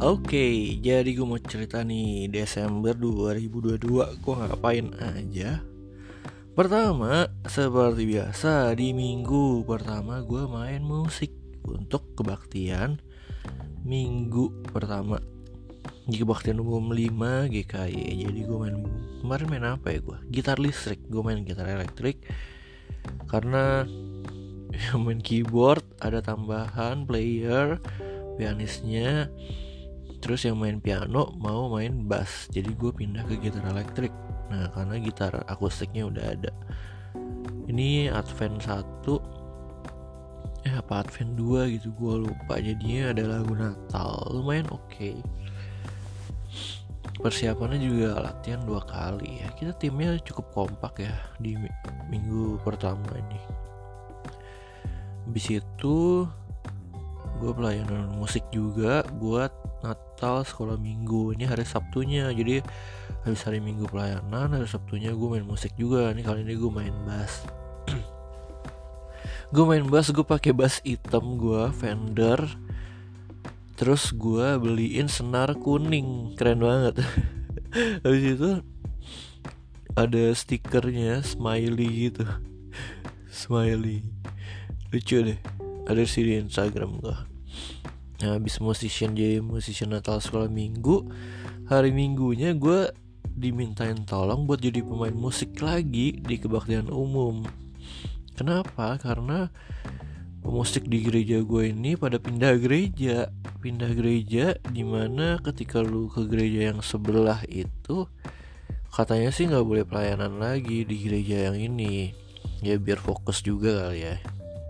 Oke, jadi gue mau cerita nih. Desember 2022 gue ngapain aja. Pertama, seperti biasa, di minggu pertama gue main musik untuk kebaktian minggu pertama di kebaktian umum 5 GKY. Jadi gue kemarin main apa ya gue? Gitar listrik. Gue main gitar elektrik karena main keyboard ada tambahan player pianisnya. Terus yang main piano mau main bass, jadi gue pindah ke gitar elektrik. Nah, karena gitar akustiknya udah ada. Ini Advent 1 apa Advent 2 gitu, gue lupa. Jadinya ada lagu Natal, lumayan oke. Persiapannya juga latihan 2 kali ya. Kita timnya cukup kompak ya di minggu pertama ini. Habis itu gue pelayanan musik juga buat Natal sekolah minggu. Ini hari Sabtunya, jadi habis hari Minggu pelayanan, hari Sabtunya gue main musik juga. Nih kali ini gue main bass. Gue pakai bass hitam gue Fender. Terus gue beliin senar kuning, keren banget. Habis itu ada stikernya smiley gitu. Smiley lucu deh, ada di Instagram gue. Nah, habis jadi musician Natal sekolah minggu, hari Minggunya gue dimintain tolong buat jadi pemain musik lagi di kebaktian umum. Kenapa? Karena pemusik di gereja gue ini pada pindah gereja dimana ketika lu ke gereja yang sebelah itu katanya sih nggak boleh pelayanan lagi di gereja yang ini. Ya biar fokus juga kali ya.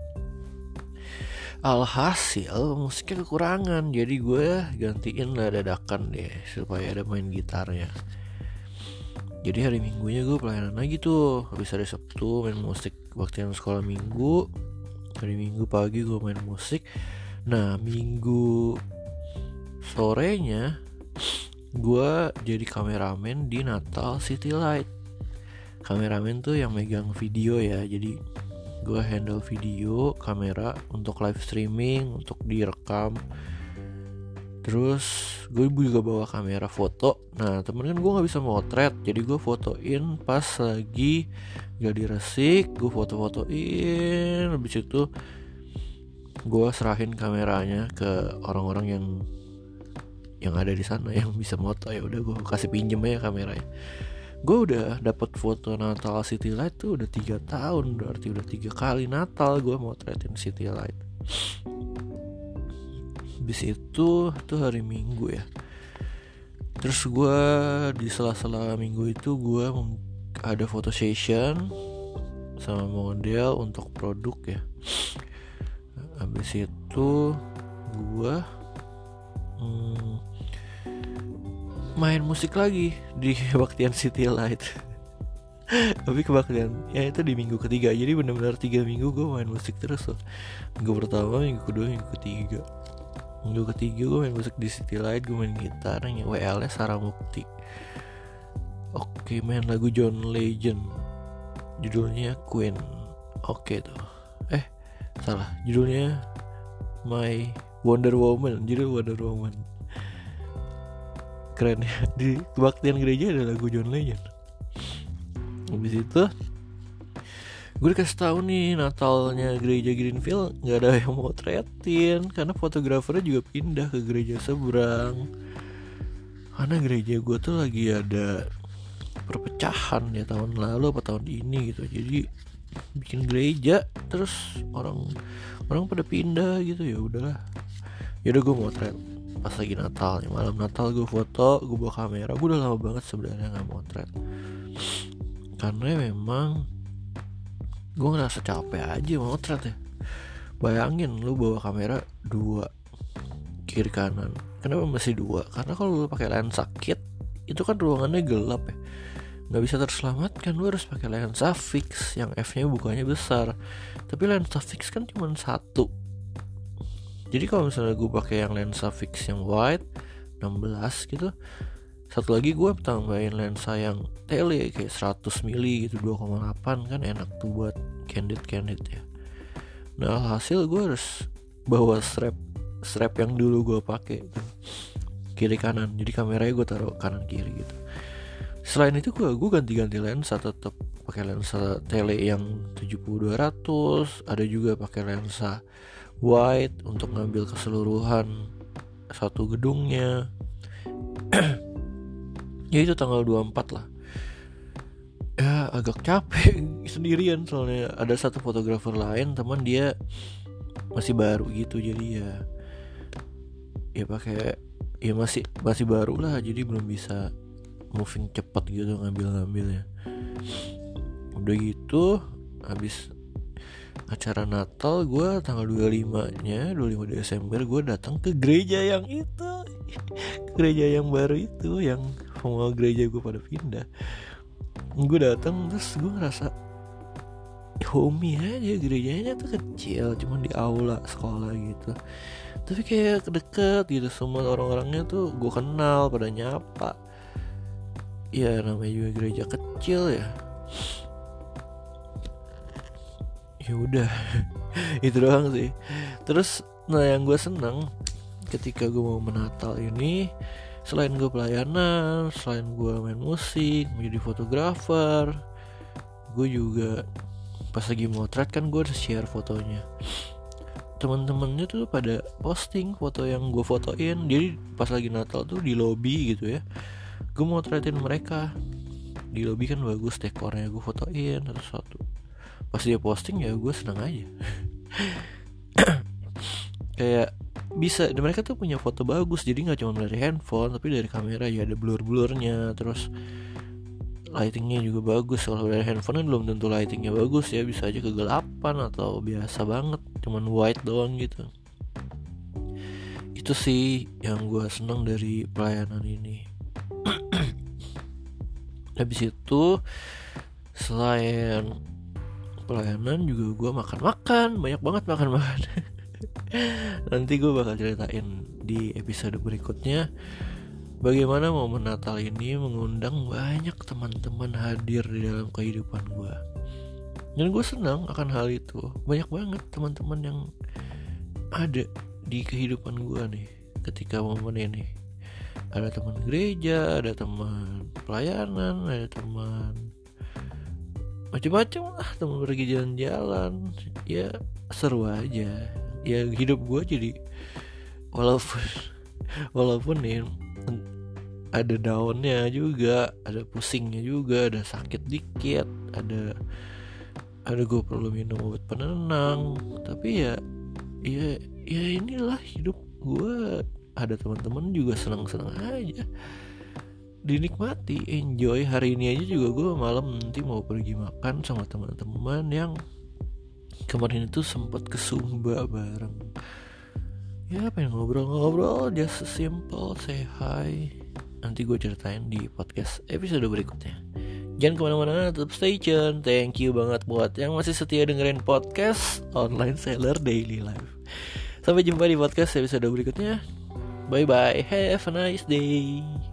Alhasil musiknya kekurangan, jadi gue gantiin lah dadakan deh supaya ada main gitarnya. Jadi hari Minggunya gue pelayanan lagi tuh. Habis hari Sabtu main musik kebaktian sekolah minggu, hari Minggu pagi gue main musik. Nah, Minggu sorenya gue jadi kameramen di Natal City Light. Kameramen tuh yang megang video ya, jadi gue handle video, kamera untuk live streaming, untuk direkam. Terus gue juga bawa kamera foto. Nah, temen kan gue gak bisa motret, jadi gue fotoin pas lagi gak diresik, gue foto-fotoin. Habis itu gue serahin kameranya ke orang-orang yang ada di sana yang bisa moto. Ya udah, gue kasih pinjem aja kameranya. Gue udah dapat foto Natal City Light tuh udah 3 tahun, berarti udah 3 kali Natal gue motretin City Light. Habis itu tuh hari Minggu ya. Terus gue di sela-sela minggu itu gue ada photo session sama model untuk produk ya. Habis itu gue main musik lagi di kebaktian City Light. Tapi kebaktian ya itu di minggu ketiga. Jadi benar-benar 3 minggu gue main musik terus loh. Minggu pertama, minggu kedua, minggu ketiga. Minggu ketiga gue main musik di City Light. Gue main gitar, WL-nya Sarah Mukti. Oke, main lagu John Legend, judulnya Queen. Oke tuh. Salah, judulnya My Wonder Woman. Judul Wonder Woman. Keren ya, di kebaktian gereja ada lagu John Legend. Habis itu gue dikasih tahu nih, Natalnya gereja Greenfield gak ada yang mau motretin karena fotografernya juga pindah ke gereja seberang. Karena gereja gue tuh lagi ada perpecahan ya, tahun lalu apa tahun ini gitu. Jadi bikin gereja terus orang pada pindah gitu. Ya udahlah, yaudah gue motret pas lagi Natal, malam Natal gue foto, gue bawa kamera. Gue udah lama banget sebenarnya nggak motret karena memang gue ngerasa capek aja motret ya. Bayangin lu bawa kamera 2 kiri kanan. Kenapa masih 2? Karena kalau lu pakai lensa kit itu kan ruangannya gelap ya, nggak bisa terselamatkan. Lu harus pakai lensa fix yang f-nya bukanya besar. Tapi lensa fix kan cuma 1. Jadi kalau misalnya gue pakai yang lensa fix yang wide 16 gitu, satu lagi gue tambahin lensa yang tele kayak 100 mili gitu 2,8, kan enak tuh buat candid ya. Nah, hasil gue harus bawa strap yang dulu gue pakai tuh. kiri kanan, jadi kameranya gue taruh kanan kiri gitu. Selain itu gue ganti-ganti lensa, tetap pakai lensa tele yang 70-200, ada juga pakai lensa wide untuk ngambil keseluruhan satu gedungnya. Ya itu tanggal 24 lah. Ya agak capek sendirian, soalnya ada satu fotografer lain, teman dia masih baru gitu, jadi ya pakai, ya masih baru lah, jadi belum bisa moving cepet gitu ngambilnya. Udah gitu habis acara Natal, gue tanggal 25 Desember gue datang ke gereja yang itu, gereja yang baru itu, yang semua gereja gue pada pindah. Gue datang terus gue ngerasa homey aja, gerejanya tuh kecil, cuma di aula sekolah gitu, tapi kayak deket gitu, semua orang-orangnya tuh gue kenal, pada nyapa. Ya namanya juga gereja kecil ya. Ya udah itu doang sih. Terus yang gue seneng ketika gue mau menatal ini, selain gue pelayanan, selain gue main musik, menjadi fotografer, gue juga pas lagi motret kan gue share fotonya. Teman-temannya tuh pada posting foto yang gue fotoin. Jadi pas lagi Natal tuh di lobby gitu ya, gue mau motretin mereka di lobby kan bagus dekornya, gue fotoin satu-satu. Pas dia posting ya gue senang aja. Kayak bisa, dan mereka tuh punya foto bagus, jadi nggak cuma dari handphone tapi dari kamera ya, ada blur-blurnya, terus lightingnya juga bagus. Kalau dari handphone kan belum tentu lightingnya bagus ya, bisa aja kegelapan atau biasa banget cuman white doang gitu. Itu sih yang gue senang dari pelayanan ini. Habis itu selain pelayanan juga gue makan banyak banget makan. Nanti gue bakal ceritain di episode berikutnya bagaimana momen Natal ini mengundang banyak teman-teman hadir di dalam kehidupan gue. Dan gue senang akan hal itu. Banyak banget teman-teman yang ada di kehidupan gue nih ketika momen ini. Ada teman gereja, ada teman pelayanan, ada teman macam-macam lah, teman pergi jalan-jalan. Ya seru aja. Ya hidup gue jadi walaupun nih ada downnya juga, ada pusingnya juga, ada sakit dikit, ada gue perlu minum obat penenang, tapi ya inilah hidup gue. Ada teman-teman juga senang-senang aja, dinikmati, enjoy. Hari ini aja juga gue malam nanti mau pergi makan sama teman-teman yang kemarin itu sempat ke Sumba bareng. Ya pengen ngobrol-ngobrol, just simple, say hi. Nanti gue ceritain di podcast episode berikutnya. Jangan kemana-mana, tetap stay tune. Thank you banget buat yang masih setia dengerin podcast Online Seller Daily Life. Sampai jumpa di podcast episode berikutnya. Bye bye, have a nice day.